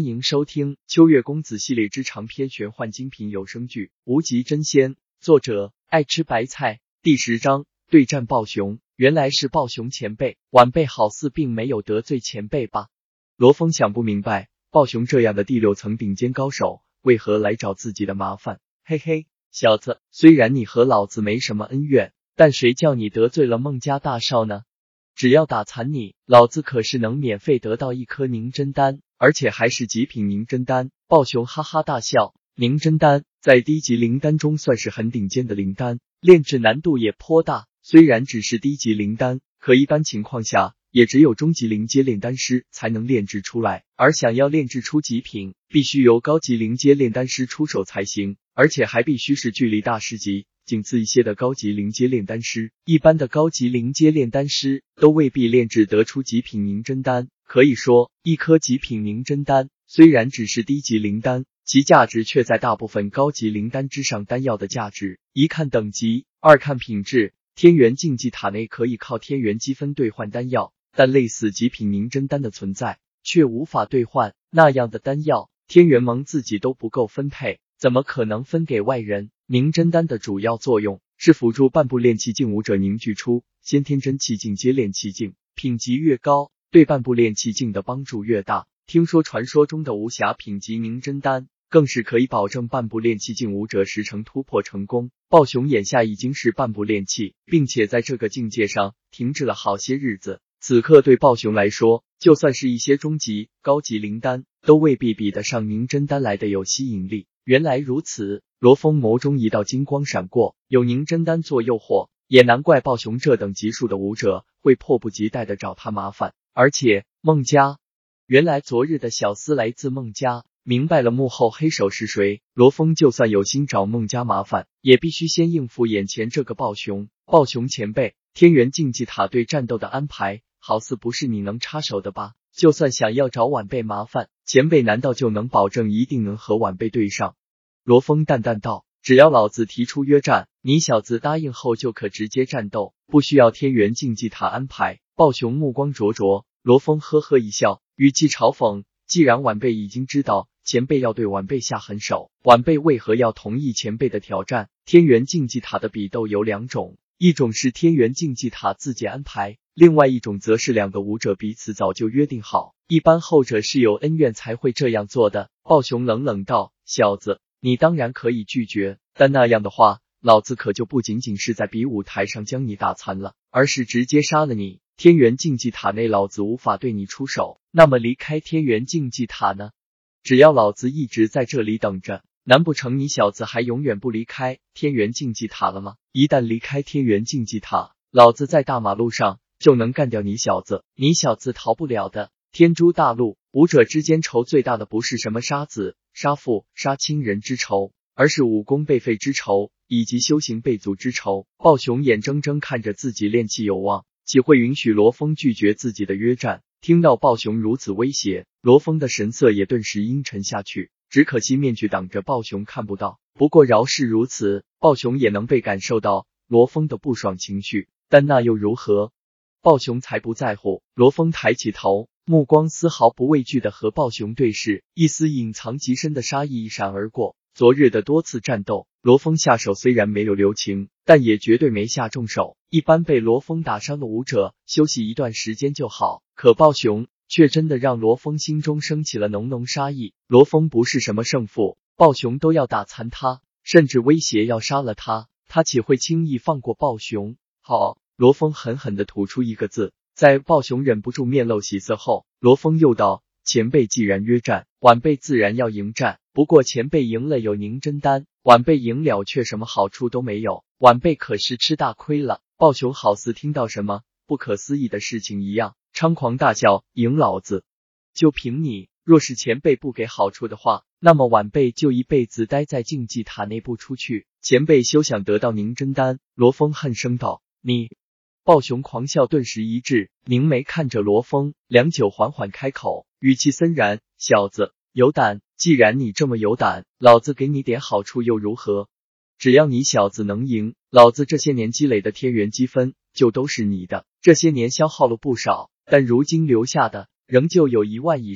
欢迎收听秋月公子系列之长篇玄幻精品有声剧《无极真仙》，作者爱吃白菜。第10章对战暴熊。原来是暴熊前辈，晚辈好似并没有得罪前辈吧？罗峰想不明白，暴熊这样的第6层顶尖高手，为何来找自己的麻烦？嘿嘿，小子，虽然你和老子没什么恩怨，但谁叫你得罪了孟家大少呢？只要打残你，老子可是能免费得到1颗凝真丹，而且还是极品凝真丹。暴熊哈哈大笑，凝真丹在低级灵丹中算是很顶尖的灵丹，炼制难度也颇大。虽然只是低级灵丹，可一般情况下也只有中级灵阶炼丹师才能炼制出来，而想要炼制出极品，必须由高级灵阶炼丹师出手才行，而且还必须是距离大师级仅次一些的高级灵阶炼丹师。一般的高级灵阶炼丹师都未必炼制得出极品凝真丹，可以说1颗极品凝真丹虽然只是低级灵丹，其价值却在大部分高级灵丹之上。丹药的价值一看等级，二看品质。天元竞技塔内可以靠天元积分兑换丹药，但类似极品凝真丹的存在却无法兑换，那样的丹药天元盟自己都不够分配，怎么可能分给外人？凝真丹的主要作用是辅助半步炼气境武者凝聚出先天真气境阶炼气境，品级越高，对半步炼气境的帮助越大。听说传说中的无暇品级凝真丹更是可以保证半步炼气境武者10成突破成功。暴熊眼下已经是半步炼气，并且在这个境界上停滞了好些日子，此刻对暴熊来说，就算是一些中级、高级灵丹都未必比得上凝真丹来的有吸引力。原来如此，罗峰眸中一道金光闪过，有凝真丹做诱惑，也难怪暴熊这等级数的武者会迫不及待地找他麻烦。而且孟家，原来昨日的小厮来自孟家。明白了幕后黑手是谁，罗峰就算有心找孟家麻烦，也必须先应付眼前这个暴熊。暴熊前辈，天元竞技塔对战斗的安排好似不是你能插手的吧？就算想要找晚辈麻烦，前辈难道就能保证一定能和晚辈对上？罗峰淡淡道，只要老子提出约战，你小子答应后就可直接战斗，不需要天元竞技塔安排。暴熊目光灼灼，罗峰呵呵一笑，语气嘲讽，既然晚辈已经知道前辈要对晚辈下狠手，晚辈为何要同意前辈的挑战？天元竞技塔的比斗有2种，一种是天元竞技塔自己安排，另外一种则是2个武者彼此早就约定好，一般后者是有恩怨才会这样做的。暴熊冷冷道，小子，你当然可以拒绝，但那样的话，老子可就不仅仅是在比武台上将你打残了，而是直接杀了你。天元竞技塔内老子无法对你出手，那么离开天元竞技塔呢？只要老子一直在这里等着，难不成你小子还永远不离开天元竞技塔了吗？一旦离开天元竞技塔，老子在大马路上就能干掉你小子，你小子逃不了的。天诛大陆，武者之间仇最大的不是什么杀子、杀父、杀亲人之仇，而是武功被废之仇，以及修行被阻之仇。暴熊眼睁睁看着自己炼气有望，岂会允许罗峰拒绝自己的约战？听到暴熊如此威胁，罗峰的神色也顿时阴沉下去，只可惜面具挡着暴熊看不到。不过饶是如此，暴熊也能被感受到罗峰的不爽情绪，但那又如何？暴熊才不在乎。罗峰抬起头，目光丝毫不畏惧地和暴熊对视，一丝隐藏极深的杀意一闪而过。昨日的多次战斗，罗峰下手虽然没有留情，但也绝对没下重手。一般被罗峰打伤的武者休息一段时间就好，可暴熊却真的让罗峰心中升起了浓浓杀意。罗峰不是什么胜负，暴熊都要打残他，甚至威胁要杀了他，他岂会轻易放过暴熊？好，罗峰狠狠地吐出一个字。在暴熊忍不住面露喜色后，罗峰又道，前辈既然约战，晚辈自然要迎战，不过前辈赢了有凝真丹，晚辈赢了却什么好处都没有，晚辈可是吃大亏了。暴熊好似听到什么不可思议的事情一样，猖狂大叫，赢老子！就凭你，若是前辈不给好处的话，那么晚辈就一辈子待在竞技塔内不出去，前辈休想得到凝真丹。罗峰恨声道，你！暴熊狂笑顿时一滞，凝眉看着罗峰，良久缓缓开口，语气森然，小子，有胆，既然你这么有胆，老子给你点好处又如何？只要你小子能赢，老子这些年积累的天元积分就都是你的。这些年消耗了不少，但如今留下的仍旧有1万以上，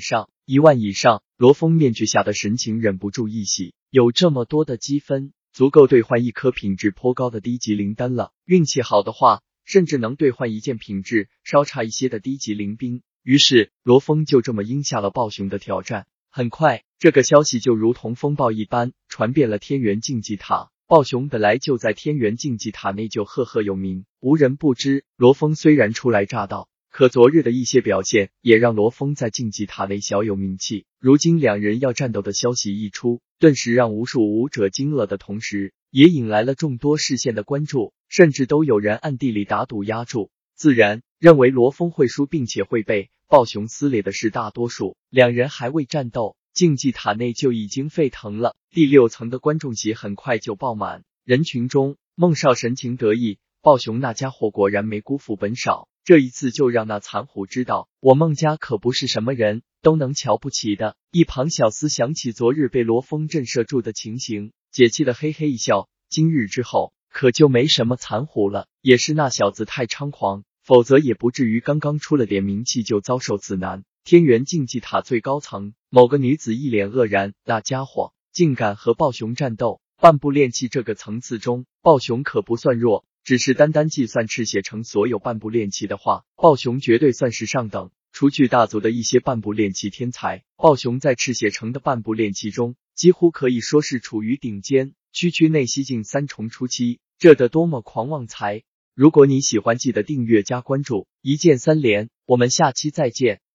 1万以上。罗峰面具下的神情忍不住一喜，有这么多的积分，足够兑换一颗品质颇高的低级灵丹了。运气好的话，甚至能兑换一件品质稍差一些的低级灵兵。于是罗峰就这么应下了暴熊的挑战。很快，这个消息就如同风暴一般传遍了天元竞技塔。暴熊本来就在天元竞技塔内就赫赫有名，无人不知。罗峰虽然初来乍到，可昨日的一些表现也让罗峰在竞技塔内小有名气。如今两人要战斗的消息一出，顿时让无数武者惊愕的同时，也引来了众多视线的关注，甚至都有人暗地里打赌压注。自然认为罗峰会输并且会被暴熊撕裂的是大多数。两人还未战斗，竞技塔内就已经沸腾了。第6层的观众席很快就爆满，人群中孟少神情得意，暴熊那家伙果然没辜负本少，这一次就让那残虎知道，我孟家可不是什么人都能瞧不起的。一旁小厮想起昨日被罗峰震慑住的情形，解气的嘿嘿一笑，今日之后可就没什么残虎了，也是那小子太猖狂，否则也不至于刚刚出了点名气就遭受此难。天元竞技塔最高层，某个女子一脸愕然，那家伙竟敢和暴熊战斗。半步炼器这个层次中，暴熊可不算弱，只是单单计算赤血城所有半步炼器的话，暴熊绝对算是上等。除去大族的一些半步炼器天才，暴熊在赤血城的半步炼器中几乎可以说是处于顶尖，区内西境3重初期，这得多么狂妄才！如果你喜欢，记得订阅加关注，一键3连，我们下期再见。